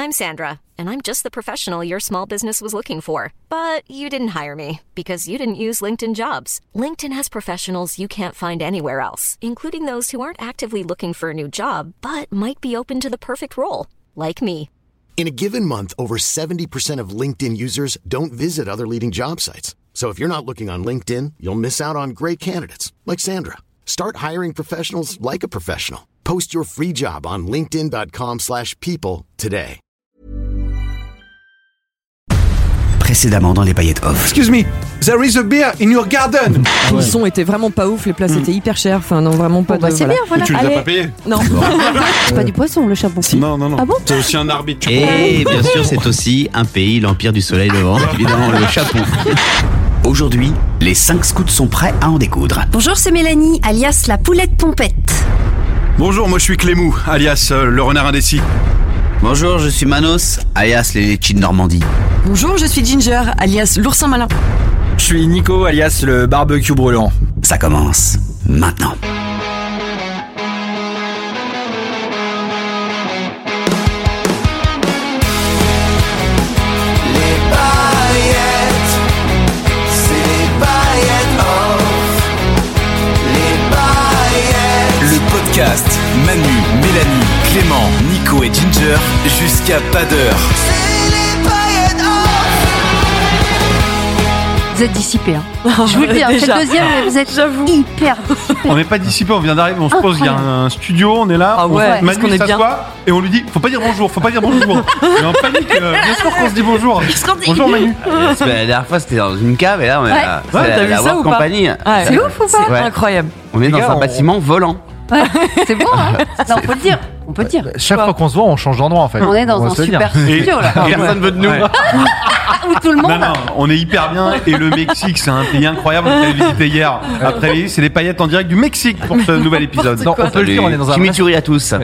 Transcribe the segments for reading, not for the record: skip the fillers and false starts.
I'm Sandra, and I'm just the professional your small business was looking for. But you didn't hire me because you didn't use LinkedIn Jobs. LinkedIn has professionals you can't find anywhere else, including those who aren't actively looking for a new job, but might be open to the perfect role, like me. In a given month, over 70% of LinkedIn users don't visit other leading job sites. So if you're not looking on LinkedIn, you'll miss out on great candidates like Sandra. Start hiring professionals like a professional. Post your free job on linkedin.com/people today. Précédemment dans les paillettes off. Excuse me, there is a beer in your garden. Le son était vraiment pas ouf, les places étaient hyper chères. Enfin, non, vraiment pas de. C'est bien, voilà. Tu les as pas payés? Non. C'est pas du poisson, le chapon. Si. Non. Ah bon? C'est aussi un arbitre. Et bien sûr, c'est aussi un pays, l'Empire du Soleil Levant, évidemment, le Japon. Aujourd'hui, les 5 scouts sont prêts à en découdre. Bonjour, c'est Mélanie, alias la poulette pompette. Bonjour, moi je suis Clémou, alias le renard indécis. Bonjour, je suis Manos, alias les Litchis de Normandie. Bonjour, je suis Ginger, alias l'oursin malin. Je suis Nico, alias le barbecue brûlant. Ça commence maintenant. Podcast Manu, Mélanie, Clément, Nico et Ginger jusqu'à pas d'heure. Vous êtes dissipés, hein. Je vous le dis, c'est le deuxième, mais vous êtes hyper dissipés. On n'est pas dissipés, on vient d'arriver, on se pose, il y a un studio, on est là, Ah ouais, Manu qu'on est bien. s'assoit et on lui dit faut pas dire bonjour. Et en panique, bien sûr qu'on se dit bonjour. Bonjour Manu. La dernière fois, c'était dans une cave et là, on est là. T'as vu ça ou pas? Compagnie. Ouais. C'est ouf ou pas? Ouais. Incroyable. On est Les dans gars, un bâtiment volant. Ouais, c'est bon, hein. Là, on peut le dire. On peut le dire. Chaque fois qu'on se voit, on change d'endroit en fait. On est dans va un se le dire. super studio, là. Personne veut de nous. Où tout le monde. Non, on est hyper bien. Et le Mexique, c'est un pays incroyable. On est visité hier. Après, c'est les paillettes en direct du Mexique pour ce nouvel épisode. Non, on peut le dire, on est dans un vrai... Chimichurri à tous.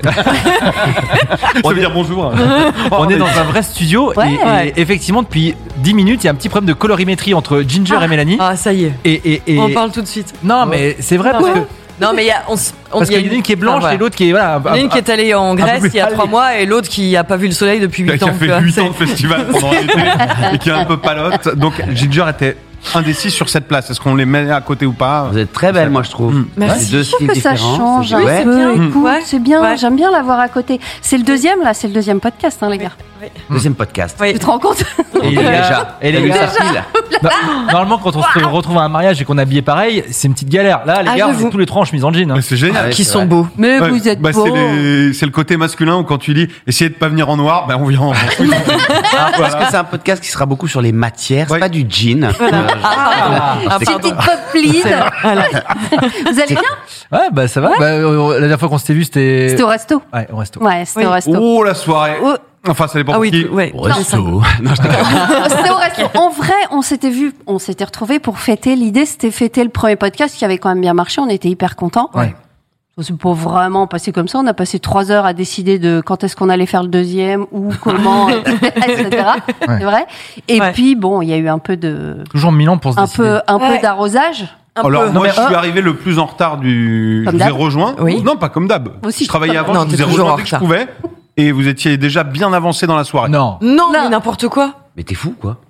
On veut dire bonjour. on est dans un vrai studio Ouais. et effectivement depuis 10 minutes il y a un petit problème de colorimétrie entre Ginger et Mélanie. Ah, ça y est. Et On en parle tout de suite. Non mais c'est vrai parce que Non, mais il y a. parce qu'il y en a une qui est blanche et l'autre qui est voilà. L'une qui est allée en Grèce il y a 3 mois et l'autre qui a pas vu le soleil depuis 8 Qui ans. a fait 8 ans de festival pendant l'été et qui est un peu palote. Donc Ginger était indécis sur cette place. Est-ce qu'on les met à côté ou pas? Vous êtes très belle, moi, je trouve. Merci. C'est deux Je trouve styles que ça différents. change un Ouais. peu. Écoute, Ouais. c'est bien. Ouais. J'aime bien l'avoir à côté. C'est le deuxième, là. C'est le deuxième podcast, hein, les gars. Deuxième podcast. Oui. Tu te rends compte? Et les gars, Déjà. et les T'as vu gars, sa file. normalement quand on se retrouve à un mariage et qu'on est habillé pareil, c'est une petite galère. Là les Ah, gars, on j'avoue. est tous les trois en chemise en jean. Hein. Mais c'est génial. Ouais, Qui c'est sont vrai. beaux. Mais Ouais, vous êtes bah, beaux. c'est le côté masculin où quand tu dis essayez de pas venir en noir, ben on vient en Parce que c'est un podcast qui sera beaucoup sur les matières, c'est Ouais. pas du jean. C'est une petite pop lead. Vous allez bien? Ouais bah ça va. Bah, la dernière fois qu'on s'était vu c'était. C'était au resto. Ouais au resto. Ouais, c'était au resto. Oh la soirée. Oh. Enfin ça dépend Ah pour oui, qui. ouais. Resto. Non, je déconne. C'était au resto. En vrai, on s'était vu, on s'était retrouvés pour fêter. L'idée, c'était fêter le premier podcast qui avait quand même bien marché. On était hyper contents. Ouais. C'est pas vraiment passé comme ça. On a passé 3 heures à décider de quand est-ce qu'on allait faire le deuxième ou comment, etc. Ouais. C'est vrai. Et Ouais. puis bon, il y a eu un peu de, Toujours Milan pour se décider. un peu Ouais. d'arrosage. Alors moi mais- je suis arrivé le plus en retard du. Comme Je vous ai d'hab. rejoint. Oui. Non pas comme d'hab. Aussi, Je travaillais avant. Non, Je vous t'es ai toujours rejoint en dès que je retard. pouvais. Et vous étiez déjà bien avancé dans la soirée. Non. Non, Non. mais n'importe quoi. Mais t'es fou, quoi.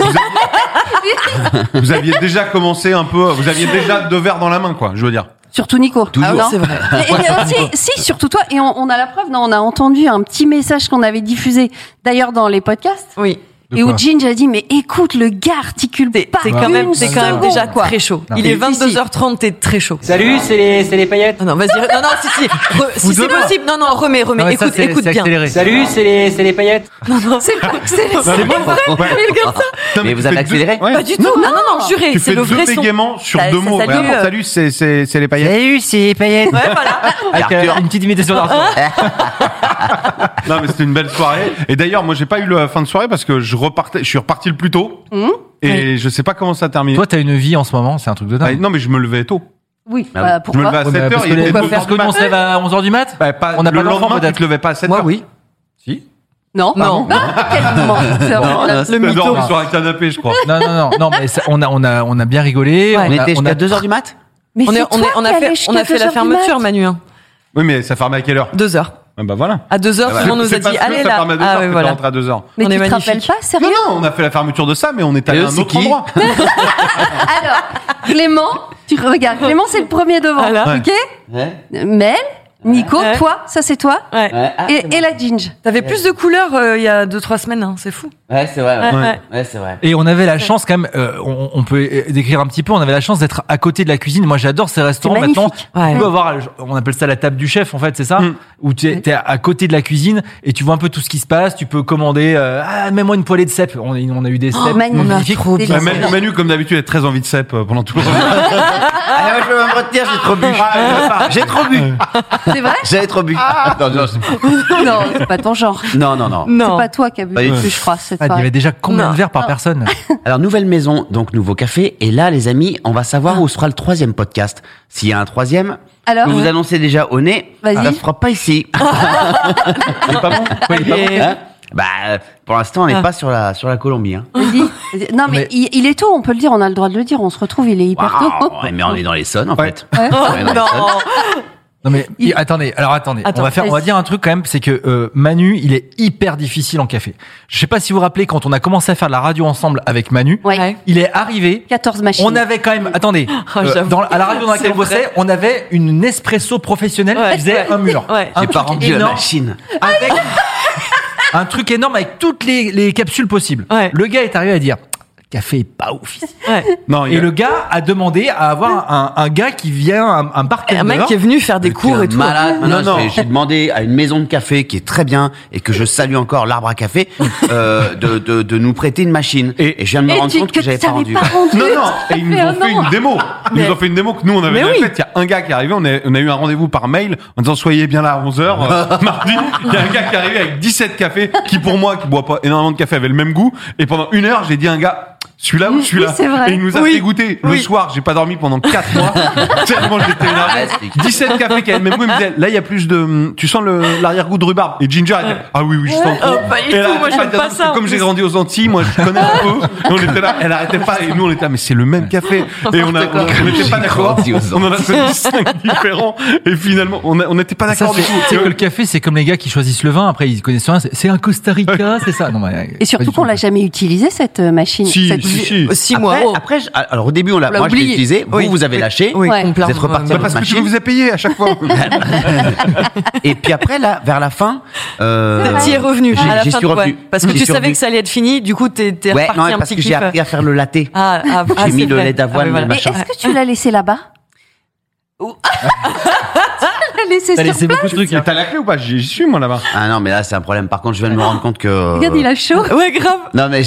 Vous aviez déjà commencé un peu. Vous aviez déjà 2 verres dans la main quoi. Je veux dire. Surtout Nico. Toujours. Non. C'est vrai. Et si, surtout toi. Et on a la preuve. Non, on a entendu un petit message qu'on avait diffusé d'ailleurs dans les podcasts. Oui. Et où Ginge a dit, mais écoute, le gars articule pas T'es quand même seconde, déjà quoi. très chaud. Non. Il est Si, si. 22h30, t'es très chaud. Salut, c'est les paillettes. Non, vas-y. Non, si. Si c'est possible. Non, remets. Non, mais ça, Écoute c'est bien. accéléré. Salut, c'est les paillettes. C'est bon. Mais vous avez accéléré? Pas du tout. Non, juré. Tu C'est fais le 2 vrai son. bégaiements sur Ça- 2 ça mots. salue, Vraiment, salut, c'est les paillettes. Salut, c'est paillettes. Ouais, voilà. Avec une petite imitation d'Arthur. Non mais c'était une belle soirée. Et d'ailleurs moi j'ai pas eu la fin de soirée parce que je suis reparti le plus tôt. Et je sais pas comment ça a terminé. Toi, t'as une vie en ce moment, c'est un truc de Ah, dingue. non mais je me levais tôt. Oui, Ah oui. Je me levais pourquoi à Ouais, 7h. parce que, parce que nous, on se lève à 11h du mat. Bah, pas, On n'a le pas d'enfant, lendemain, tu peut-être. te levais pas à 7h. Moi, oui. Si. Non. Non. Quel menteur. Le mytho sur un canapé, je crois. Non, mais ça, on a bien rigolé. Ouais. On était on a- jusqu'à 2h du mat? Mais On c'est a toi qui allais fait jusqu'à la 2 heures du fermeture, mat. Manu. Oui, mais ça fermait à quelle heure? 2 heures. Ah bah voilà. À 2h, tout le monde nous a dit, allez là. Ah oui, voilà. À 2h. Mais on tu est te magnifique. rappelles pas, sérieux? Non, on a fait la fermeture de ça, mais on est allé à un autre endroit. Alors, Clément, tu regardes. Clément, c'est le premier devant. Voilà. Ok? Ouais. Mel, Nico, Ouais. toi, ça c'est toi. Ouais. Ouais, ah, Et la Ginge. T'avais plus de couleurs il y a 2-3 semaines, hein, c'est fou. ouais, c'est vrai. Ouais, Ouais. ouais c'est vrai. Et on avait la chance quand même, on peut décrire un petit peu, on avait la chance d'être à côté de la cuisine. Moi j'adore ces restaurants C'est maintenant. magnifique. Ouais. Tu peux avoir, on appelle ça la table du chef en fait, c'est ça? Où tu es à côté de la cuisine et tu vois un peu tout ce qui se passe, tu peux commander, mets-moi une poêlée de cèpes. On a eu des cèpes magnifique. Trop bien. Manu, comme d'habitude, est très envie de cèpes pendant tout le repas. Ah, moi, je peux me retenir, j'ai trop bu. J'ai trop bu. C'est vrai? J'avais trop bu. Non, c'est pas ton genre. Non. C'est pas toi qui as bu Pas du plus, tout. je crois, cette Il y soirée. avait déjà combien de verres par personne? Alors, nouvelle maison, donc nouveau café. Et là, les amis, on va savoir où sera le 3e podcast. S'il y a un 3e, Alors? vous annoncez déjà au nez. Vas-y. Ça se fera pas ici. Il est pas bon. Ouais, il est pas bon. Hein bah, pour l'instant, on n'est pas sur la Colombie. Hein. Vas-y. Non, mais il est tôt, on peut le dire, on a le droit de le dire. On se retrouve, il est hyper tôt. Ouais, mais on est dans les Essonnes, en fait. Ouais. On est dans les Non. Essonnes. Non mais attendez. Attends, on va dire un truc quand même, c'est que Manu, il est hyper difficile en café. Je sais pas si vous vous rappelez quand on a commencé à faire de la radio ensemble avec Manu, Ouais. il est arrivé. 14 machines. On avait quand même, attendez, j'avoue. à la radio dans laquelle C'est on bossait, vrai. on avait une Nespresso professionnelle Ouais. qui faisait un mur. Ouais. Un J'ai pas truc rendu la énorme machine. avec un truc énorme avec toutes les capsules possibles. Ouais. Le gars est arrivé à dire, café est pas ouf ici. Ouais. Non, Et le gars a demandé à avoir un gars qui vient, un bartender. Un mec qui est venu faire des cours et tout. Malade. Non, non. J'ai demandé à une maison de café qui est très bien et que je salue encore, l'Arbre à Café, de nous prêter une machine. Et je viens de me rendre compte que j'avais pas rendu. Non, et ils nous ont fait une démo. Ils nous ont fait une démo que nous, on avait Mais déjà oui. faite. Il y a un gars qui est arrivé, on a eu un rendez-vous par mail en disant soyez bien là à 11h, mardi. Il y a un gars qui est arrivé avec 17 cafés, qui pour moi, qui boit pas énormément de café, avait le même goût. Et pendant 1 heure, j'ai dit à un gars, celui-là ou celui-là? Oui, c'est vrai. Et il nous a Oui. fait goûter. Le Oui. soir, j'ai pas dormi pendant 4 mois. Tellement j'étais énervé. 17 cafés qui avaient le même goût. Il me disait, là, il y a plus de, tu sens l'arrière-goût de rhubarbe. Et Ginger, elle disait, ah oui, je sens trop. Oh, pas du Et elle tout, arrêtait moi, de j'aime dire, pas ça, en Comme j'ai plus. grandi aux Antilles, moi, je connais un peu. Et on était là, elle arrêtait pas. Et nous, on était là, mais c'est le même café. Et on n'était pas d'accord. grandi aux On en a fait 5 différents. Et finalement, on n'était pas Ça, d'accord du c'est tout. c'est que le café, c'est comme les gars qui choisissent le vin. Après, ils connaissent rien. C'est un Costa Rica, c'est ça. Non, mais, Et surtout qu'on l'a jamais utilisé, cette machine. Si, Cette- si. 6 mois. Après, alors au début, moi je l'ai oublié. utilisé. Oui. Vous avez lâché. Oui, Ouais. complètement. Vous êtes reparti Bah, avec parce votre que tu machine. vous ai payé à chaque fois. Et puis après, là, vers la fin, T'y es revenu à la j'y fin suis de revenu. Parce que J'y tu suis savais revenu. que ça allait être fini, du coup t'es Ouais, reparti non, un parce petit que j'ai kiff. appris à faire le latte. J'ai mis le lait d'avoine, le Mais machin. est-ce que tu l'as laissé là-bas? Tu l'as laissé T'as sur laissé place? beaucoup de trucs. Mais Hein. t'as la clé ou pas? J'y suis, moi, là-bas. Ah non, mais là, c'est un problème. Par contre, je viens de me rendre compte que. Regarde, il a chaud. Ouais, grave. Non, mais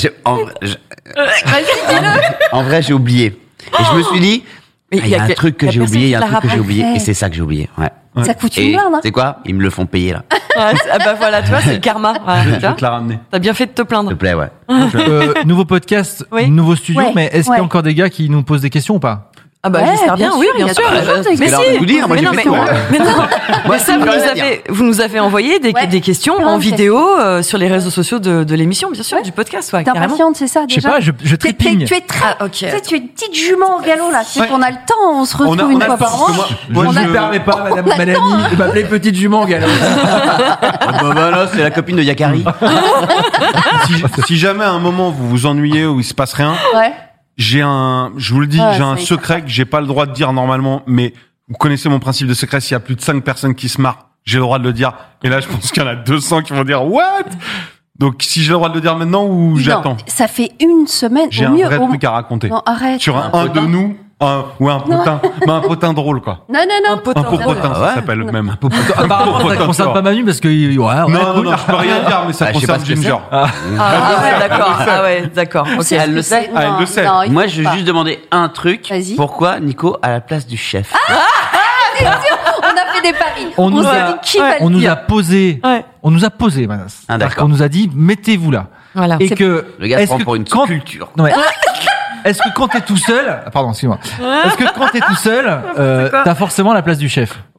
en vrai, j'ai oublié. Et je me suis dit, Mais il y a un truc que y a j'ai personne oublié, il y qui a un te l'a truc que j'ai oublié, rappelé. et c'est ça que j'ai oublié. Ouais. Ça coûte Et une blinde, hein. c'est quoi? Ils me le font payer là. Ah bah voilà, tu vois, c'est le karma. Voilà, tu Je vais vois. te la ramener. T'as bien fait de te S'il plaindre. te plaît, ouais. Nouveau podcast, Oui. nouveau studio, Ouais, mais est-ce qu'il y a ouais. encore des gars qui nous posent des questions ou pas? Ah bah Ouais, j'espère bien, bien oui, sûr, il y bien a sûr. toujours des gens Mais qui Alors, si. vous dire, moi, Mais j'ai non, fait mais tout, hein. mais non. Moi, Mais ça, je peux rien dire. vous nous avez envoyé Ouais. des questions Non, en mais vidéo sur les réseaux sociaux de l'émission, bien sûr, Ouais. du podcast, ouais, T'es carrément. impatiente, c'est ça, Je sais déjà? pas, je trépigne. Tu es très, Ah, ok. tu sais, tu es une petite jument au galop, là. Tu sais Ouais. qu'on a le temps, on se retrouve On une a fois le temps, par parce que an. moi, Je moi, ne je- me permets pas, madame Malani, de m'appeler petite jument, gars. Bah là, c'est la copine de Yakari. si jamais à un moment vous vous ennuyez ou il se passe rien, Ouais. je vous le dis, Ouais, j'ai ça un y est. secret que j'ai pas le droit de dire normalement, mais vous connaissez mon principe de secret, s'il y a plus de 5 personnes qui se marrent, j'ai le droit de le dire. Et là, je pense qu'il y en a 200 qui vont dire, what? Donc, si j'ai le droit de le dire maintenant ou j'attends? Non, ça fait une semaine, J'ai au un mieux. vrai au- truc à raconter. Non, arrête. Sur un de nous, un potin, mais un potin drôle, quoi. Non, non, non. Un potin. Un popotin, Ah ouais ça s'appelle même. Apparemment, ça Popotin, concerne tu pas vois. Manu parce que, ouais, Non, je peux rien dire, mais ça Ah, je sais pas concerne ce que Ginger. Ah ouais, d'accord. Ah ouais, d'accord. Ok. C'est- Elle le sait. Non, elle le sait. non, il Moi, faut je veux pas. juste demander un truc. Vas-y. Pourquoi Nico à la place du chef? On a fait des paris. On nous s'est a- dit qui va on le nous dire. a posé, Ouais. on nous a posé, Manas. Ah, d'accord. On nous a dit, mettez-vous là. Voilà. Et que, Le gars se est-ce prend que pour une quand- sculpture. Non, mais, est-ce que quand t'es tout seul, pardon, excuse-moi. Est-ce que quand t'es tout seul, t'as forcément la place du chef?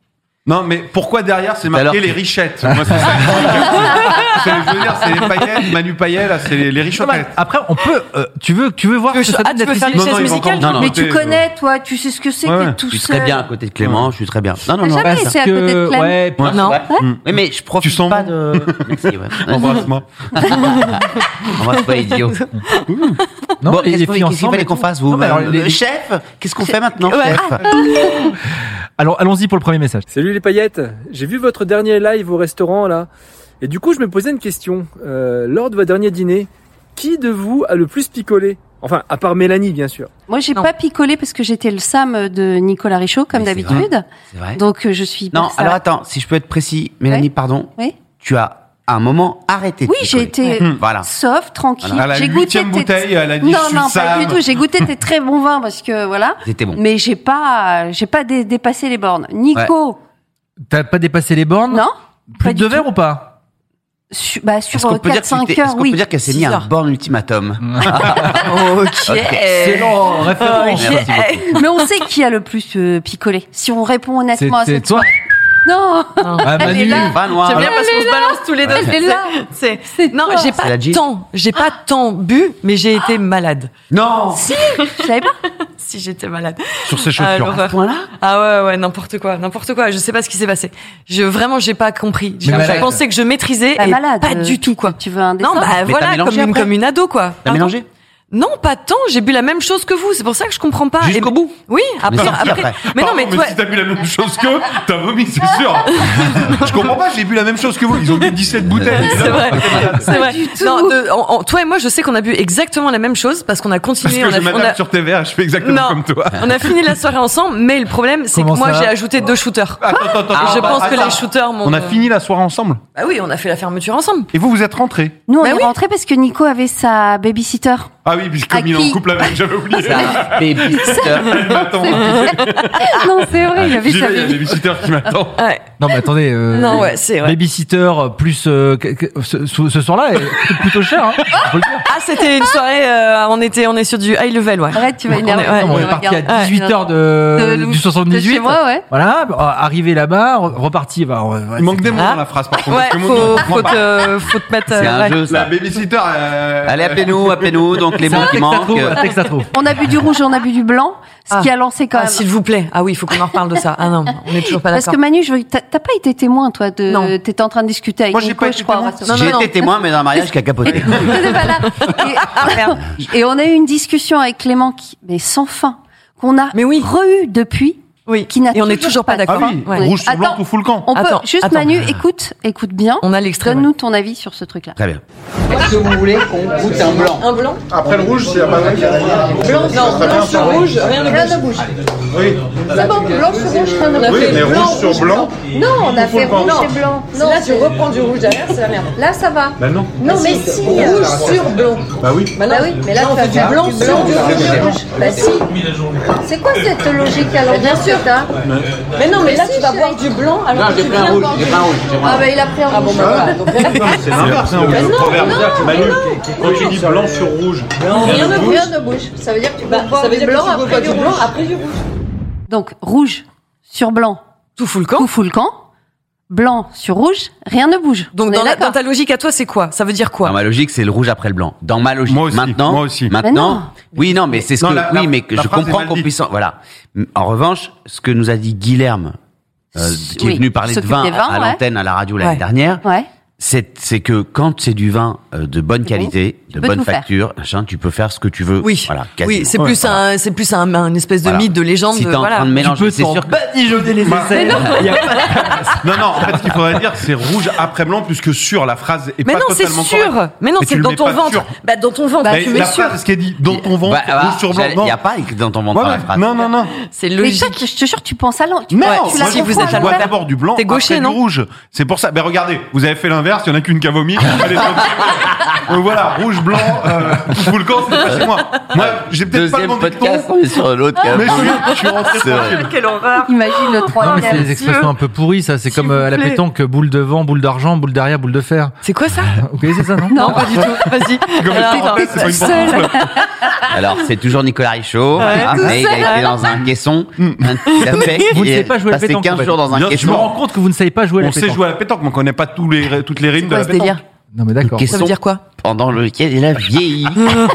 Non, mais pourquoi derrière c'est marqué Alors- les richettes? Moi, c'est ça. Je veux dire, c'est les paillettes, Manu Payet, là, c'est les richotettes. Après, on peut. Tu veux voir ce que ça donne tu veux d'être faire ici les Non, non, chaises ils vont musicales encore- Non, non. Mais tu Côté, connais, toi, tu sais ce que c'est Ouais, que ouais. tout Je suis seul. très bien à côté de Clément, je suis très bien. Non, non, T'as non. jamais ça. été à côté de Clem? ouais, puis- Non. Oui, mais je Tu profite sens pas bon de. Merci, ouais. Embrasse-moi. Embrasse pas, idiot. non, Bon, les qu'est-ce filles qu'il ensemble fallait et qu'on tout. fasse, vous Non, mais alors, Chef, qu'est-ce qu'on fait maintenant, Ouais. chef Alors, allons-y pour le premier message. Salut les paillettes, j'ai vu votre dernier live au restaurant là, et du coup je me posais une question. Lors de votre dernier dîner, qui de vous a le plus picolé? Enfin, à part Mélanie bien sûr. Moi, j'ai Non. pas picolé parce que j'étais le Sam de Nicolas Richaud, comme Mais c'est d'habitude. C'est vrai. Donc, je suis. Non, ça- alors attends, si je peux être précis, Mélanie, Ouais. pardon. Oui. Tu as à un moment arrêté de Oui, j'ai picoler. été Voilà. soft, tranquille. À la J'ai goûté 8e bouteille, elle a dit, non, je suis non, le pas du Sam. tout. J'ai goûté tes très bons vins parce que voilà. C'était bon. Mais j'ai pas dépassé les bornes. Nico, T'as pas dépassé les bornes? non. Plus pas de du 2 verres tout. ou pas? Sur Est-ce qu'on peut dire 4-5 est-ce heures, qu'on oui. peut dire qu'elle s'est 6 mis un heures. born ultimatum Ok. Excellent référence. Merci beaucoup. Mais on sait qui a le plus picolé. Si on répond honnêtement à C'est cette toi. Non. Ah, Elle est Manu. là. Pas noir. J'aime bien parce qu'on se balance tous les deux. Elle est là. C'est non, toi. j'ai C'est la pas G. j'ai pas tant bu, mais j'ai été malade. Non. Si, je savais pas. Si j'étais malade. Sur ses Ah, chaussures. l'horreur. Point-là. Ah ouais, n'importe quoi. Je sais pas ce qui s'est passé. Vraiment, j'ai pas compris. Je malade. pensais que je maîtrisais La et malade. pas du tout, quoi. Tu veux un dessin? Non, bah Mais voilà, t'as mélangé après comme une ado, quoi. T'as Pardon mélangé Non, pas tant. J'ai bu la même chose que vous. C'est pour ça que je comprends pas. Jusqu'au bout. Oui, Mais après. sorti après. Mais non, Pardon, mais toi. si t'as bu la même chose qu'eux, t'as vomi, c'est sûr. Je comprends pas, j'ai bu la même chose que vous. Ils ont bu 17 bouteilles. C'est vrai, c'est vrai. du tout. Non, toi et moi, je sais qu'on a bu exactement la même chose parce qu'on a Parce continué. que je on a, m'adapte sur tes verres et je fais exactement Non, comme toi. on a fini la soirée ensemble, mais le problème, c'est que Comment moi, ça j'ai ajouté 2 shooters. Attends. Et je pense que attends. les shooters m'ont. On a fini la soirée ensemble. Bah oui, on a fait la fermeture ensemble. Et vous êtes rentrés. Nous, on Bah est oui. rentrés parce que Nico avait sa babysitter. Ah oui, puisque comme il est en qui couple avec, j'avais oublié. C'est un babysitter. Elle m'attend. Non, c'est vrai, il avait J'y sa vais, il y a baby. des visiteurs qui m'attendent. Ouais. Non, mais attendez. Non, ouais, c'est vrai. Babysitter plus ce soir-là est plutôt cher. Hein, faut le dire. Ah, c'était une soirée, on est sur du high level, ouais. Arrête, tu vas Donc, énerver. on est- Non, on est parti à 18h du 78. De chez moi, ouais. Voilà, arrivé là-bas, reparti. Bah, Il manque des mots Ah. dans la phrase par contre. Ouais, parce que moi, je comprends pas. faut te mettre. C'est un ouais. jeu, La ça. babysitter. Allez, appelez-nous. Donc, les C'est mots un qui texte à trop, manquent. un texte à trop. On a bu du rouge, on a bu du blanc, ce Ah. qui a lancé quand Ah, même. s'il vous plaît. Ah oui, il faut qu'on en reparle de ça. Ah non, on est toujours pas Parce d'accord. que Manu, t'as pas été témoin, toi, Non. t'étais en train de discuter avec Moi, j'ai Nico, pas je été crois. témoin. au restaurant. Non, J'ai non, été témoin, mais d'un mariage qui a capoté. T'étais pas là. Et on a eu une discussion avec Clément mais sans fin, qu'on a Mais oui. re-eu depuis. Oui. Qui n'a Et on est toujours pas de d'accord. Ah oui, Ouais. rouge sur blanc, Attends. tout fout le camp. On peut Attends, juste attends. Manu, écoute bien. On a l'extrait. Donne-nous ton avis sur ce truc-là. Très bien. Est-ce que vous voulez qu'on goûte un blanc? Un blanc. Après le rouge, s'il n'y a pas de Blanc, non, blanc sur rouge, rien ne bouge. Oui, C'est bon, blanc sur rouge, rien ne oui bouge. mais rouge sur blanc. Non, on a fait rouge Non. et blanc. Non, Là, tu reprends du rouge derrière, c'est la merde. là, ça va. Ben non. Non, mais si. Rouge sur blanc. Bah oui. Bah Bah oui, mais là, tu as du blanc sur du rouge. Bah si. C'est quoi cette logique alors? Bien sûr. Mais non, mais là, tu vas boire du blanc alors que tu viens boire du rouge. Ah bah il a pris un rouge. C'est l'inverse. Le proverbe dit, Manu, quand tu dis blanc sur rouge, Rien ne bouge. Ça veut dire que tu vas boire du blanc après du rouge. après du rouge. Donc rouge sur blanc, Tout fout le camp. tout fout le camp. Blanc sur rouge, rien ne bouge. Donc On est dans d'accord. ta logique à toi, c'est quoi? Ça veut dire quoi? Dans ma logique, c'est le rouge après le blanc. Dans ma logique. Moi aussi, Maintenant, moi aussi. Mais non. Maintenant, oui, non, mais c'est ce Non, que, oui, mais que la je phrase est comprends mal qu'on dite. puisse, voilà. En revanche, ce que nous a dit Guilherme, qui est Oui, venu parler de s'occupe vin des vins, à ouais. l'antenne, à la radio l'année Ouais. dernière, Ouais. c'est que quand c'est du vin de bonne qualité, Tu de peux bonne tout faire. facture, machin, tu peux faire ce que tu veux. Oui. Voilà, quasiment. Oui, c'est plus un espèce de Voilà. mythe, de légende. Si t'es en voilà. train de Tu mélanger, peux c'est sûr que badigeonner les essais. Il y a Non, en fait, ce qu'il faudrait dire, c'est rouge après blanc plus que sur. La phrase est Mais pas non, c'est totalement sûr. correcte. Mais non, Et c'est tu le dans mets ton pas ventre. sûr. Bah, dans ton ventre, Mais tu mets la sûr. phrase, ce qui est dit, dans ton ventre, rouge sur blanc. il Non. n'y a pas écrit dans ton ventre Ouais, dans la ouais. phrase. Non. C'est Mais logique. toi, je te jure, tu penses à l'an. Non, Ouais, tu moi, la si vous comprends êtes à à je bois l'envers. d'abord du blanc, T'es gaucher, après non du rouge. C'est pour ça. Ben regardez, vous avez fait l'inverse. l'inverse, il y en a qu'une qui a vomi. Donc voilà, rouge, blanc, tout fout le camp, c'est pas chez moi. Moi, j'ai peut-être pas le bon podcast, on est sur l'autre. Mais je suis rentré tranquille. Quelle horreur. Imagine le Non, troisième. mais c'est des expressions un peu pourries, ça. C'est comme à la plaît. pétanque, boule de vent, boule d'argent, boule d'arrière, boule de fer. C'est quoi ça? Vous connaissez ça, non? Non, pas du tout. Vas-y. Comme Alors, une parenthèse, c'est pas une seul. parenthèse. Alors, c'est toujours Nicolas Richaud, tout mais il a été dans un caisson, un café. Vous ne savez pas jouer à la passé pétanque. 15 jours dans un Bien Je me caisson. rends compte que vous ne savez pas jouer à la On sait pétanque. jouer à la pétanque, mais on connaît pas toutes les rimes de quoi la ce pétanque. délire? Non, mais d'accord. Caisson Ça veut dire quoi? pendant lequel il a vieilli.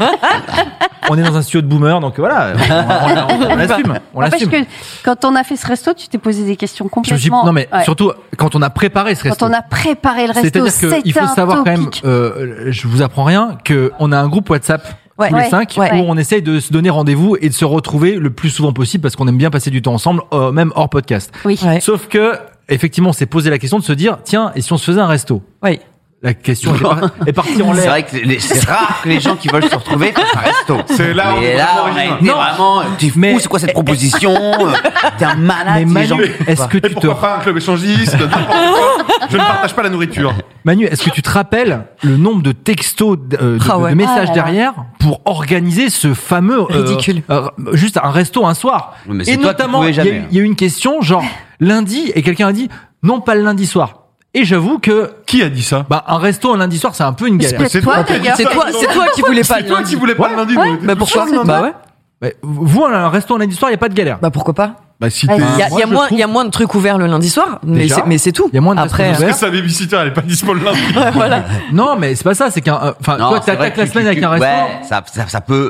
On est dans un studio de boomer, donc voilà. On l'assume. On Parce l'assume. que quand on a fait ce resto, tu t'es posé des questions Je me suis, complètement. non, mais Ouais. surtout, quand on a préparé ce resto. Quand on a préparé le resto, C'est-à-dire qu'il c'était faut un savoir quand même, topic. je vous apprends rien, qu'on a un groupe WhatsApp Ouais. tous les Ouais. 5 Ouais. où on essaye de se donner rendez-vous et de se retrouver le plus souvent possible parce qu'on aime bien passer du temps ensemble, même hors podcast. Oui. Ouais. Sauf que, effectivement, on s'est posé la question de se dire, tiens, et si on se faisait un resto? Oui. La question est partie en C'est l'air. vrai que c'est rare que les gens qui veulent se retrouver fassent un resto. C'est là où on Et est là, vraiment on a original. été vraiment, t'es fou, Mais- c'est quoi cette proposition? T'es un malade, Mais ces Manu, gens. est-ce que Et tu te, pourquoi pas un club échangiste, n'importe quoi. Je ne partage pas la nourriture. Manu, est-ce que tu te rappelles le nombre de textos, Ah ouais. de messages Ah là là. derrière pour organiser ce fameux, Ridicule. juste un resto un soir? Oui, mais c'est Et toi qui notamment, pouvais il y a jamais, eu- il y a eu une question, genre, lundi, et quelqu'un a dit, non, pas le lundi soir. Et j'avoue que, Qui a dit ça? bah, un resto un lundi soir, c'est un peu une galère. C'est toi, qui as dit d'ailleurs. ça. C'est toi qui voulais pas C'est le toi lundi. qui voulais pas le lundi. Ouais. donc t'es Bah tout pourquoi? seul, lundi. Bah ouais. Ouais, vous, un resto un lundi soir, il n'y a pas de galère. Bah pourquoi pas? Bah si Ouais. t'es... Il y a, moi, je trouve- il y a moins de trucs ouverts le lundi soir, mais Déjà. c'est tout. Il y a moins de Après, restos ouverts. Parce que sa babysitter, elle est pas dispo le lundi. voilà. Non, mais c'est pas ça, c'est qu'un, enfin, Non, toi, c'est vrai t'attaques que la semaine avec un resto. Ouais,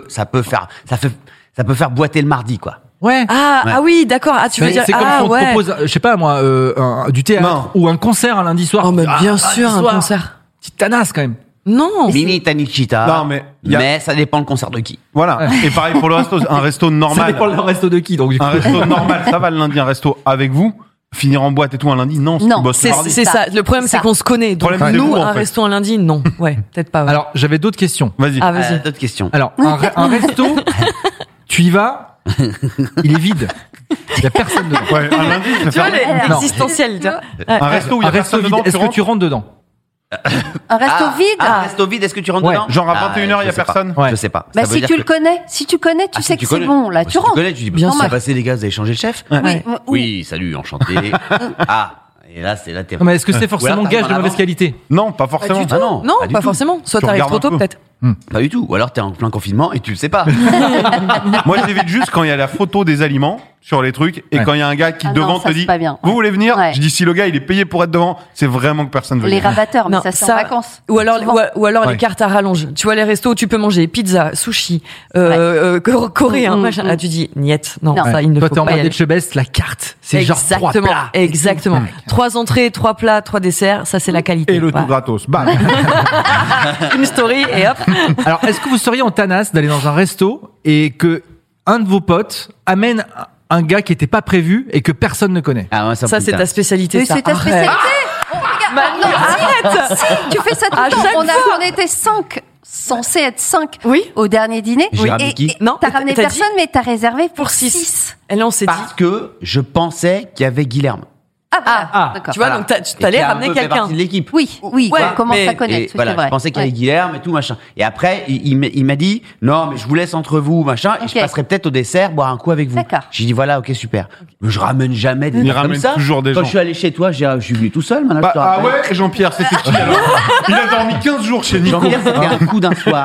ça peut faire boiter le mardi, quoi. Ouais. Ah, Ouais. ah oui, d'accord. Ah, tu veux Mais dire, c'est comme ah si on te ouais. propose, je sais pas moi, du théâtre Non. ou un concert un lundi soir. Oh, mais bien Ah, sûr, lundi un soir. concert. Petite tanasse quand même. Non. Mini Tanichita. Non, mais il y a- Mais ça dépend le concert de qui. Voilà. Et pareil pour le resto. Un resto Ça normal. dépend le resto de qui, donc du coup. Un resto normal, ça va le lundi. Un resto avec vous. Finir en boîte et tout un lundi, non. Non. Tu bosses le C'est mardi. c'est ça. Le problème, c'est Ça. qu'on se connaît. Donc, Problème, c'est nous, vous, en un fait. resto un lundi, non. Ouais, peut-être pas. Ouais. Alors, j'avais d'autres questions. Vas-y. Ah, vas-y. D'autres questions. Alors, un resto, tu y vas, il est vide. Il y a personne dedans. Ouais, un lundi, ça Tu vois, fait Non. l'existentiel. tu vois. un resto où il y Un a resto personne vide, dedans. est-ce que tu rentres dedans? Un resto vide. Un resto vide, est-ce que tu rentres Ouais. dedans? Genre à 21h, il y a je sais pas. personne. Ouais. Je sais pas. Bah, Ça veut si dire tu que- le connais, tu connais, tu Ah, sais si que connais. c'est bon, là, Bah, tu si rentres. connais, tu dis, Bien bien sûr. sûr. Passez les gars, vous avez changé le chef? Oui. Oui, salut, enchanté. Ah, et là, c'est là, t'es. Non, mais est-ce que c'est Ou forcément alors, gage de t'arrives en mauvaise avance. qualité? Non, pas forcément. Ah non, Non, du pas tout. forcément. Soit Tu t'arrives regardes trop un tôt, peu. peut-être. Pas du tout. Ou alors t'es en plein confinement et tu le sais pas. Moi, j'évite juste quand il y a la photo des aliments sur les trucs et Ouais. quand il y a un gars qui Ah non, devant ça, te c'est dit pas bien. vous voulez venir? Ouais. Je dis si le gars il est payé pour être devant, c'est vraiment que personne veut Les venir. rabatteurs, mais Non, ça, c'est en vacances. Ou alors, Souvent. ou alors Ouais. les cartes à rallonge. Tu vois, les restos où tu peux manger pizza, sushi, coréen, machin. Là, tu dis, niet. Non, Non. ça, il ne Toi, faut t'es en pas y mode aller. Etchebest, la carte. C'est genre 3 Exactement, plats. exactement. 3 entrées, 3 plats, 3 desserts, ça c'est la qualité. Et le tout Voilà. gratos. Bam. Une story et hop. Alors, est-ce que vous seriez en tanasse d'aller dans un resto et que un de vos potes amène un gars qui était pas prévu et que personne ne connaît? Ah ouais, Ça c'est putain. ta spécialité. Mais ça. c'est ta Arrête. spécialité. Oh, regarde, Manu, non, si, arrête. si, tu fais ça tout À le temps. chaque fois. On était 5, censés être 5 Oui. au dernier dîner. J'ai ramené qui Non, T'as ramené t'as personne, mais t'as réservé pour Pour 6. 6. Et là on s'est dit. Parce que je pensais qu'il y avait Guilherme. Ah, voilà. Ah, D'accord. Tu vois, Voilà. donc tu t'allais Et qui a un ramener peu fait quelqu'un. partie de l'équipe. Oui, oui, Ouais, on commence mais- à connaître, Et c'est voilà, vrai. je pensais qu'il y avait Ouais. Guilherme et tout machin. Et après, il m'a dit non, mais je vous laisse entre vous machin. Et Ok. je passerai peut-être au dessert boire un coup avec vous. D'accord. J'ai dit voilà, ok super. Mais je ramène jamais des Il gens comme ramène ça. toujours des Quand gens. je suis allé chez toi, je suis venu tout seul. Maintenant, Bah, je te ah rappelle. ouais, et Jean-Pierre, c'était qui alors? Il a dormi 15 jours chez Nico. Jean-Pierre, c'était un coup d'un soir.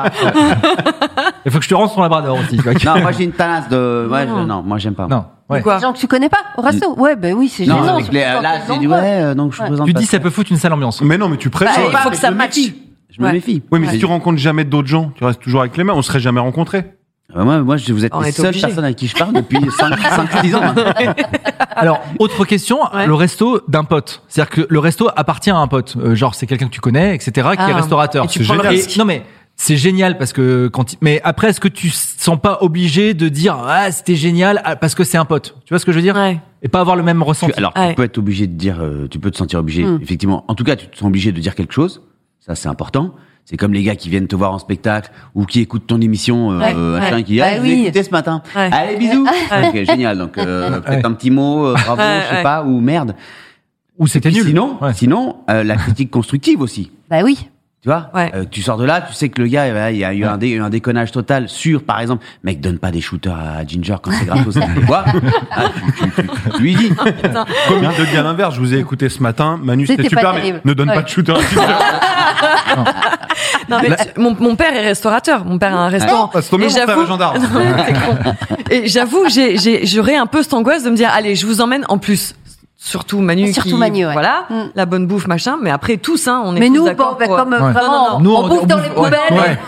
Il faut que je te rentre sur la Labrador aussi. tu vois. Non, moi j'ai une tanasse de. Ouais, non, moi j'aime pas. Non. Ouais. Quoi? Des gens que tu connais pas au resto? Ouais, bah oui, c'est Non, gênant. avec surtout quand là, t'es j'ai dit nombreux. ouais, donc je vous présente Tu pas. dis ça peut foutre une sale ambiance. Mais non, mais tu préfères. Bah, il faut mais que ça je me matche. méfie. Je me Ouais. méfie. Oui, mais si tu rencontres jamais d'autres gens, tu restes toujours avec les mêmes, on serait jamais rencontrés. Moi, vous êtes On les est seules obligé. personnes avec qui je parle depuis 5-6 ans. maintenant. Alors, autre question, Ouais. le resto d'un pote. C'est-à-dire que le resto appartient à un pote. Genre, c'est quelqu'un que tu connais, etc., qui est Ah. restaurateur. Et tu C'est prends le génial. risque. Non, mais c'est génial parce que mais après, est-ce que tu sens pas obligé de dire, ah, c'était génial parce que c'est un pote? Tu vois ce que je veux dire? Ouais. Et pas avoir le même ressenti. Alors, Ouais. tu peux être obligé de dire, tu peux te sentir obligé, effectivement. En tout cas, tu te sens obligé de dire quelque chose. Ça, c'est important. C'est comme les gars qui viennent te voir en spectacle ou qui écoutent ton émission, Ouais, machin, ouais. qui disent, Bah je oui. l'ai écouté ce matin. Ouais. Allez, bisous. Ok, génial. Donc, peut-être un petit mot, bravo, Ouais, je sais ouais. pas, ou merde. Ou c'était Puis nul. Sinon, Ouais. la critique constructive aussi. Bah oui. Tu vois, tu sors de là, tu sais que le gars, il y a eu un déconnage total sur, par exemple, mec, donne pas des shooters à Ginger quand c'est gratos. Quoi tu lui dis. Comme il te dit à l'inverse, je vous ai écouté ce matin, Manu, c'était super, mais ne donne pas de shooter à Ginger. Non, mais mon père est restaurateur. Mon père a un restaurant. C'est ton même frère est gendarme. Et j'avoue, j'aurais un peu cette angoisse de me dire, allez, je vous emmène en plus. Surtout Manu, voilà, la bonne bouffe, machin. Mais après tous, on est. Mais tous nous, d'accord. comme vraiment, nous, on bouffe dans les poubelles.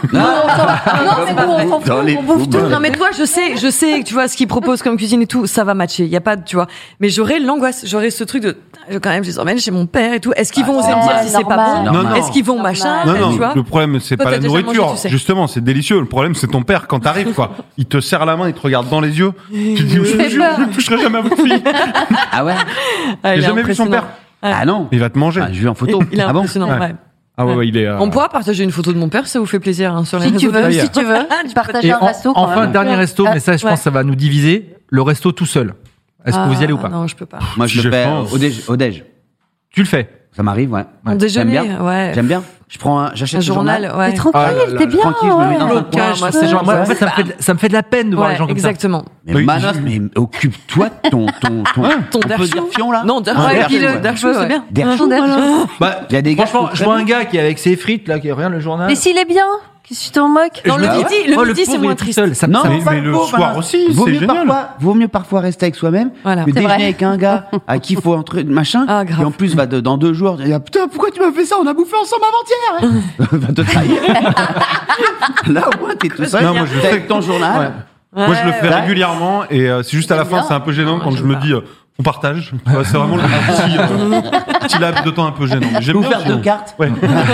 On bouffe tout. Non, mais toi, je sais, tu vois, ce qu'ils proposent comme cuisine et tout, ça va matcher. Il y a pas, tu vois. Mais j'aurais l'angoisse, j'aurais ce truc de, quand même, je les emmène chez mon père et tout. Est-ce qu'ils vont oser me dire si c'est pas bon? Non. Est-ce qu'ils vont machin? Non, tu vois? le problème, c'est pas la nourriture. Justement, c'est délicieux. Le problème, c'est ton père quand t'arrives, quoi. Il te serre la main, il te regarde dans les yeux. Tu te dis, je ne toucherai jamais à votre fille. Ah ouais? J'ai jamais vu son père. Ah non. Il va te manger. J'ai vu en photo. Il est impressionnant, ouais. Ah ouais, il est. On pourra partager une photo de mon père, ça vous fait plaisir sur les réseaux. Si tu veux, tu partages un resto. Enfin, dernier resto, mais ça, je pense, ça va nous diviser. Le resto tout seul. Est-ce que vous y allez ou pas? Non, je peux pas. Moi, je le fais au déj. Tu le fais? Ça m'arrive, ouais. En déjeuner, ouais. J'aime bien. un J'achète un journal, ouais. Mais tranquille, t'es bien. Tranquille, je me mets dans un coin. C'est genre, moi, en fait, ça me fait de la peine de voir les gens comme ça. Exactement. Mais Manos, mais occupe-toi de ton derfion, là. Non, derfion, c'est bien. Derfion. Bah, il y a des gars. Franchement, je vois un gars qui est avec ses frites, là, qui regarde le journal. Mais s'il est bien, qu'est-ce que tu t'en moques? Non, le midi, c'est moins triste. Non, mais le soir aussi, c'est génial. Vaut mieux parfois rester avec soi-même que déjeuner avec un gars à qui il faut machin, qui en plus va dans 2 jours dire putain, pourquoi tu m'as fait ça? On a bouffé ensemble avant-hier. Va te trahir. Là, au moins, t'es tout seul. Non, moi, je le fais avec ton journal. Moi, je le fais régulièrement et c'est juste à la fin, c'est un peu gênant quand je me dis on partage. C'est vraiment le petit laps de temps un peu gênant. J'aime bien faire 2 cartes. Ouais.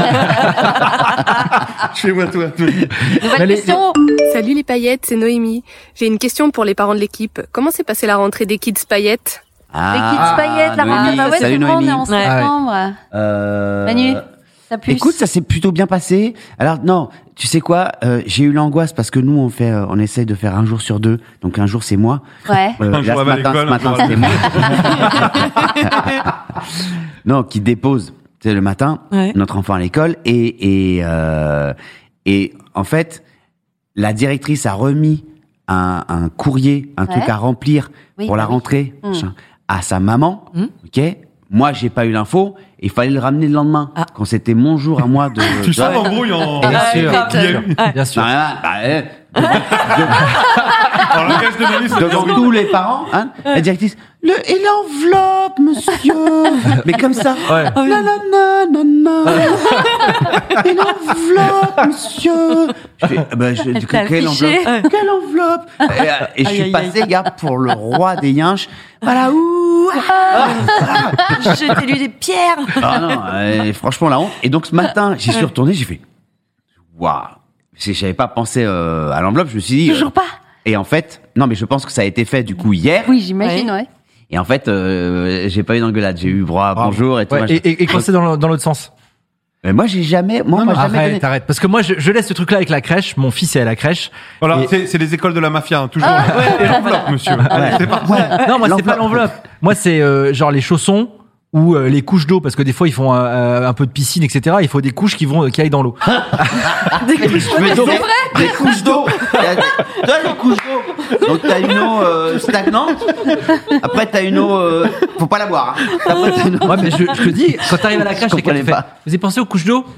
Fais-moi toi. Nouvelle question. Salut les paillettes, c'est Noémie. J'ai une question pour les parents de l'équipe. Comment s'est passée la rentrée des Kids Paillettes? Les Kids Paillettes, la rentrée. Bah ouais, c'est bon, on est en septembre. Manu, ça plus. Écoute, ça s'est plutôt bien passé. Alors non, tu sais quoi, j'ai eu l'angoisse parce que nous on essaye de faire un jour sur 2. Donc un jour c'est moi. Ouais. Là, ce matin c'était moi. Non, qui dépose, tu sais, le matin, notre enfant à l'école et en fait, la directrice a remis un courrier, un truc à remplir pour la rentrée à sa maman. Ok. Moi, j'ai pas eu l'info. Il fallait le ramener le lendemain, quand c'était mon jour à moi de. Tu sens l'embrouille en. Bien sûr. Devant tous les parents, la directrice. Et l'enveloppe, monsieur. Mais comme ça. Et l'enveloppe, monsieur. Je fais, quelle enveloppe? Quelle enveloppe? Et je suis passé, gars, pour le roi des yinches. Voilà, Jetez-lui des pierres. Ah non, franchement, la honte. Et donc, ce matin, j'y suis retourné, j'ai fait, waouh. J'avais pas pensé à l'enveloppe, je me suis dit. Toujours pas. Et en fait, non, mais je pense que ça a été fait, du coup, hier. Oui, j'imagine, ouais. Et en fait, j'ai pas eu d'engueulade. J'ai eu droit bonjour et tout. Et quand c'est dans l'autre sens? Mais moi, j'ai jamais. Arrête. Parce que moi, je laisse ce truc-là avec la crèche. Mon fils est à la crèche. Voilà, c'est les écoles de la mafia, toujours. Et l'enveloppe, monsieur. C'est parti. Non, moi, c'est pas l'enveloppe. Moi, c'est genre les chaussons ou les couches d'eau, parce que des fois, ils font un peu de piscine, etc. Il faut des couches qui aillent dans l'eau. Des couches d'eau. Des couches d'eau. Toi, les couches d'eau. Donc, t'as une eau stagnante. Après, t'as une eau. Faut pas la boire. Après, t'as une eau. Ouais, mais je te dis, quand t'arrives à la crèche, c'est qu'elle fait. Vous avez pensé aux couches d'eau?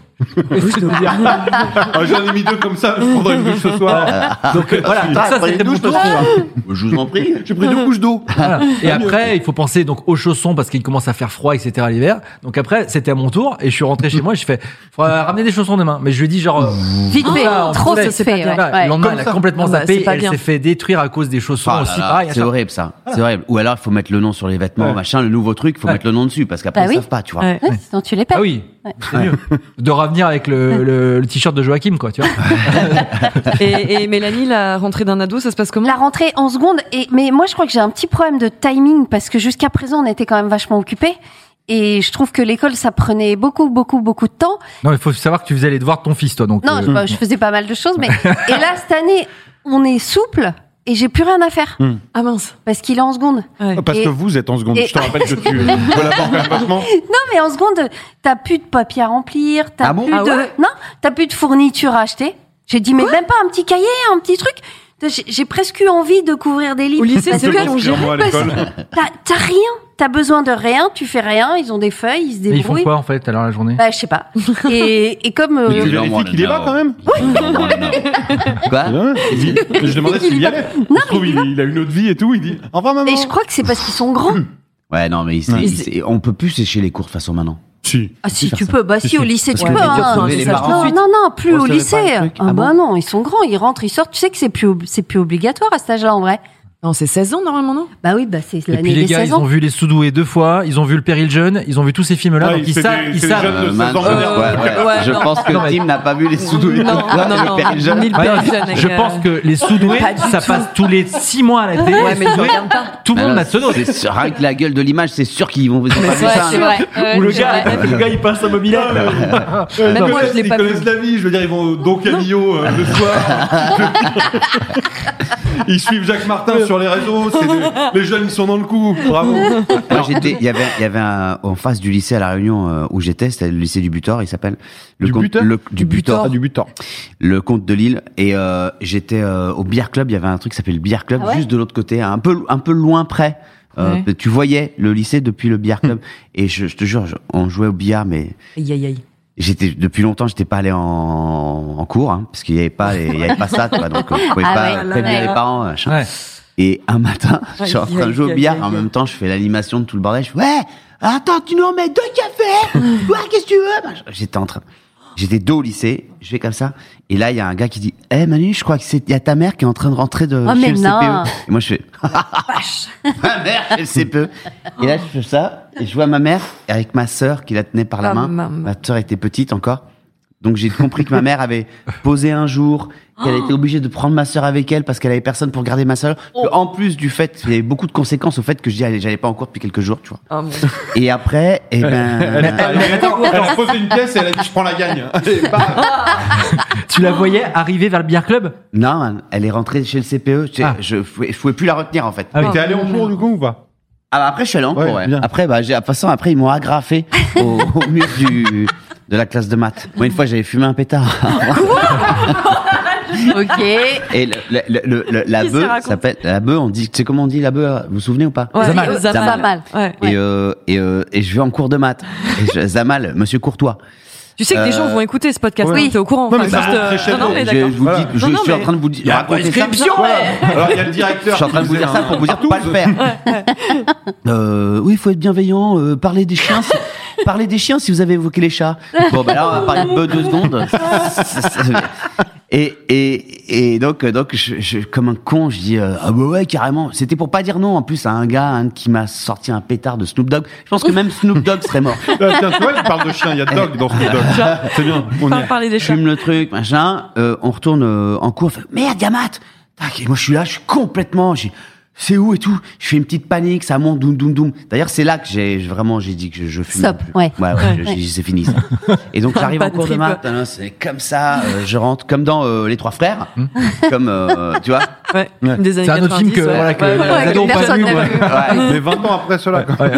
J'en ai mis 2 comme ça, je prendrai une douche ce soir. Donc voilà, ça c'était mon top. Je vous en prie. J'ai pris 2 couches d'eau. Voilà. Et après, il faut penser donc aux chaussons parce qu'il commence à faire froid, etc. l'hiver. Donc après, c'était à mon tour et je suis rentré chez moi et je fais, faudra ramener des chaussons demain. Mais je lui ai dit genre, vite fait, trop ça s'est fait. Le lendemain, elle a complètement zappé. Elle s'est fait détruire à cause des chaussons aussi. C'est horrible ça. C'est horrible. Ou alors, il faut mettre le nom sur les vêtements, machin, le nouveau truc, il faut mettre le nom dessus parce qu'après, ils savent pas, tu vois. Sinon, tu les perds. Ah oui. C'est mieux. De revenir avec le t-shirt de Joachim, quoi, tu vois. Et Mélanie, la rentrée d'un ado, ça se passe comment? La rentrée en seconde. Mais moi, je crois que j'ai un petit problème de timing parce que jusqu'à présent, on était quand même vachement occupés. Et je trouve que l'école, ça prenait beaucoup de temps. Non, il faut savoir que tu faisais les devoirs de ton fils, toi, donc. Non, je faisais pas mal de choses, mais, et là, cette année, on est souple. et j'ai plus rien à faire. Ah mince. Parce qu'il est en seconde. Parce que vous êtes en seconde. Je te rappelle que tu collabores quand même vachement. Non, mais en seconde, t'as plus de papier à remplir, t'as plus de fournitures à acheter. J'ai dit, mais même pas un petit cahier, un petit truc. J'ai presque eu envie de couvrir des livres. Au lycée, c'est que l'on gère. T'as rien. T'as besoin de rien, tu fais rien, ils ont des feuilles, ils se débrouillent. Mais ils font quoi en fait alors la journée? Je sais pas. Et comme Mais tu vérifies qu'il est là quand même? Quoi? Je demandais s'il y allait. Non, je trouve il a une autre vie et tout, il dit au revoir maman. Et je crois que c'est parce qu'ils sont grands. Ouais, non, mais on peut plus sécher les cours de façon maintenant. Si. Ah si, tu peux. Bah si, au lycée, tu peux. Non, non, plus au lycée. Ah bah non, ils sont grands, ils rentrent, ils sortent. Tu sais que c'est plus obligatoire à cet âge-là en vrai. Non, c'est 16 ans normalement, non? Bah oui, bah c'est l'année des 16 ans. Et puis les gars, ils ont vu les Soudoués 2 fois, ils ont vu le Péril Jeune, ils ont vu tous ces films-là, donc ils savent. Je pense que Tim n'a pas vu les Soudoués. Non, le Péril Jeune. Je pense que les Soudoués, ça passe tous les 6 mois à la télé. Ouais, mais je regarde pas. Tout le monde n'a de sono. Rien que la gueule de l'image, c'est sûr qu'ils vont vous dire ça. Ou le gars, il passe sa mobilette. Même moi, je l'ai pas vu. Ils connaissent la vie, je veux dire, ils vont au Don Camillo le soir. Ils suivent Jacques Martin sur les réseaux, les jeunes ils sont dans le coup, bravo. Moi il y avait en face du lycée à La Réunion où j'étais, c'était le lycée du Butor, il s'appelle du Butor. Le comte de Lille, et j'étais au billard club, il y avait un truc qui s'appelait le billard club, juste de l'autre côté, un peu loin près. Tu voyais le lycée depuis le billard club, et je te jure, on jouait au billard, mais aïe. Depuis longtemps, j'étais pas allé en cours, parce qu'il y avait pas ça, quoi, donc on pouvait pas prévenir les parents, machin. Ouais. Et un matin, je suis en train de jouer au billard, en même temps, je fais l'animation de tout le bordel, je fais, ouais, attends, tu nous en mets 2 cafés? Ouais, qu'est-ce que tu veux? J'étais dos au lycée, je fais comme ça, et là, il y a un gars qui dit, Manu, je crois il y a ta mère qui est en train de rentrer chez le CPE. Et moi, je fais, ma mère chez le CPE. Et là, je fais ça, et je vois ma mère, avec ma sœur qui la tenait par la main. Ma sœur était petite encore. Donc j'ai compris que ma mère avait posé un jour, qu'elle était obligée de prendre ma sœur avec elle parce qu'elle avait personne pour garder ma sœur. En plus du fait, il y avait beaucoup de conséquences au fait que je dis j'allais pas en cours depuis quelques jours, tu vois. Et après, elle a posé une pièce et elle a dit je prends la gagne. Tu la voyais arriver vers le billard club? Non, man, elle est rentrée chez le CPE. Je pouvais plus la retenir en fait. T'es allé en cours du coup ou pas? Après je suis allé en cours. Ouais. Après de toute façon après ils m'ont agrafé au mur de la classe de maths. Moi, une fois, j'avais fumé un pétard. Ok. Et la bœuf s'appelle la bœuf. On dit, tu sais comment on dit la bœuf? Vous vous souvenez ou pas? Zamal. Ouais. Et je vais en cours de maths. Zamal, Monsieur Courtois. Tu sais que des gens vont écouter ce podcast. Oui. T'es au courant? Non, mais je suis en train de vous dire. Il y a pas d'inscription. Alors il y a le directeur. Je suis en train de vous dire ça pour vous dire de pas le faire. Oui, il faut être bienveillant. Parler des chiens. Parlez des chiens si vous avez évoqué les chats. Bon, bah là, on va parler de bœuf 2 secondes. Et donc, je, comme un con, je dis, ah bah ouais, carrément. C'était pour pas dire non, en plus, à un gars, qui m'a sorti un pétard de Snoop Dogg. Je pense que même Snoop Dogg serait mort. Tiens, tu vois, il parle de chien, il y a Dogg dans Snoop Dogg. C'est bien. On va parler des chats. Fume le truc, machin, on retourne en cours, on fait, merde, Yamat! Tac, et moi, je suis là, je suis complètement, c'est où et tout? Je fais une petite panique, ça monte, doum. D'ailleurs, c'est là que j'ai dit que je fume. Stop, ouais. C'est fini, ça. Et donc, j'arrive en cours de maths, c'est comme ça, je rentre, comme dans Les Trois Frères, comme, tu vois. Ouais. Des années 90. C'est un autre film que, les ados ont pas vu, Mais 20 ans après cela, quoi.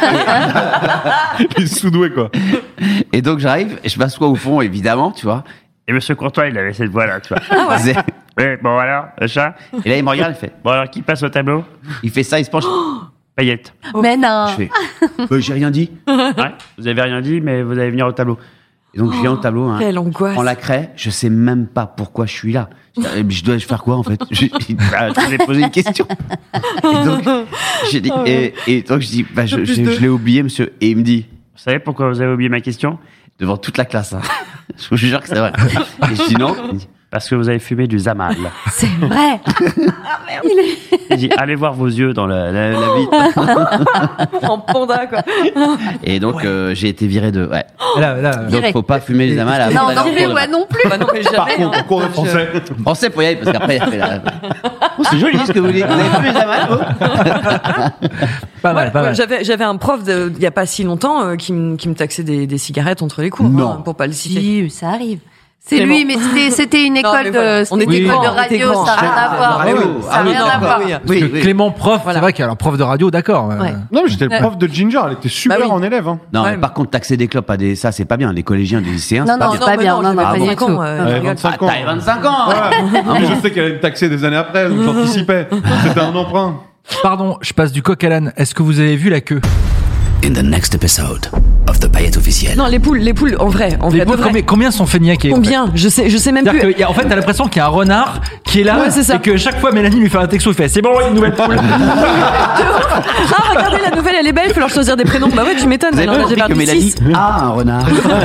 Les Soudoués, quoi. Et donc, j'arrive, et je m'assois au fond, évidemment, tu vois. Et Monsieur Courtois, il avait cette voix-là, tu vois. Oui, bon alors, le chat. Et là, il me regarde, il fait. Bon alors, qui passe au tableau? Il fait ça, il se penche. Payette. Mais non. Je fais. J'ai rien dit. Ouais, vous avez rien dit, mais vous allez venir au tableau. Et donc, je viens au tableau. Quelle angoisse. On la crée. Je sais même pas pourquoi je suis là. Je dois faire quoi, en fait? Je vais poser une question. Et donc, j'ai dit, et donc, je dis, je l'ai oublié, monsieur. Et il me dit. Vous savez pourquoi vous avez oublié ma question? Devant toute la classe, hein. Je vous jure que c'est vrai. Et je dis non. Parce que vous avez fumé du Zamal. C'est vrai. Il dit, allez voir vos yeux dans la vitre. En panda, quoi. Et donc, j'ai été viré de... Ouais. Donc, faut pas fumer du Zamal avant d'aller en cours de maths. Non plus. Bah non, mais jamais. Par contre, cours de français. Français pour y aller, parce qu'après, il a fait la... Oh, c'est joli ce que vous dites. Vous avez fumé du Zamal? Pas mal. J'avais un prof il y a pas si longtemps qui me taxait des cigarettes entre les cours. Non. Pour pas le citer. Ça arrive. C'est lui, mais c'était une école de radio, ça n'a rien à voir. Ça n'a rien à voir. Parce que Clément, prof, c'est vrai qu'un prof de radio, d'accord. Non, mais j'étais le prof de Ginger, elle était super en élève. Hein. Non, mais par contre, taxer des clopes ça, c'est pas bien. Les collégiens, des lycéens, c'est pas bien. Non, pas du tout. 25 ans. T'as 25 ans. Mais je sais qu'elle allait me taxer des années après, donc j'anticipais. C'était un emprunt. Pardon, je passe du coq à l'âne. Est-ce que vous avez vu la queue? In the next episode of The Paillette Officielle. Non, les poules, en vrai. Les poules, combien sont féniaquées? Combien? Je sais même plus. En fait, t'as l'impression qu'il y a un renard qui est là, et que chaque fois Mélanie lui fait un texto, il fait c'est bon, une nouvelle poule. Regardez, la nouvelle, elle est belle, il faut leur choisir des prénoms. Bah ouais, tu m'étonnes. Vous avez pas compris que Mélanie a un renard.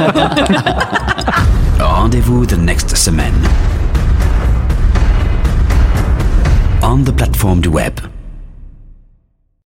Rendez-vous the next semaine. On the platform du web.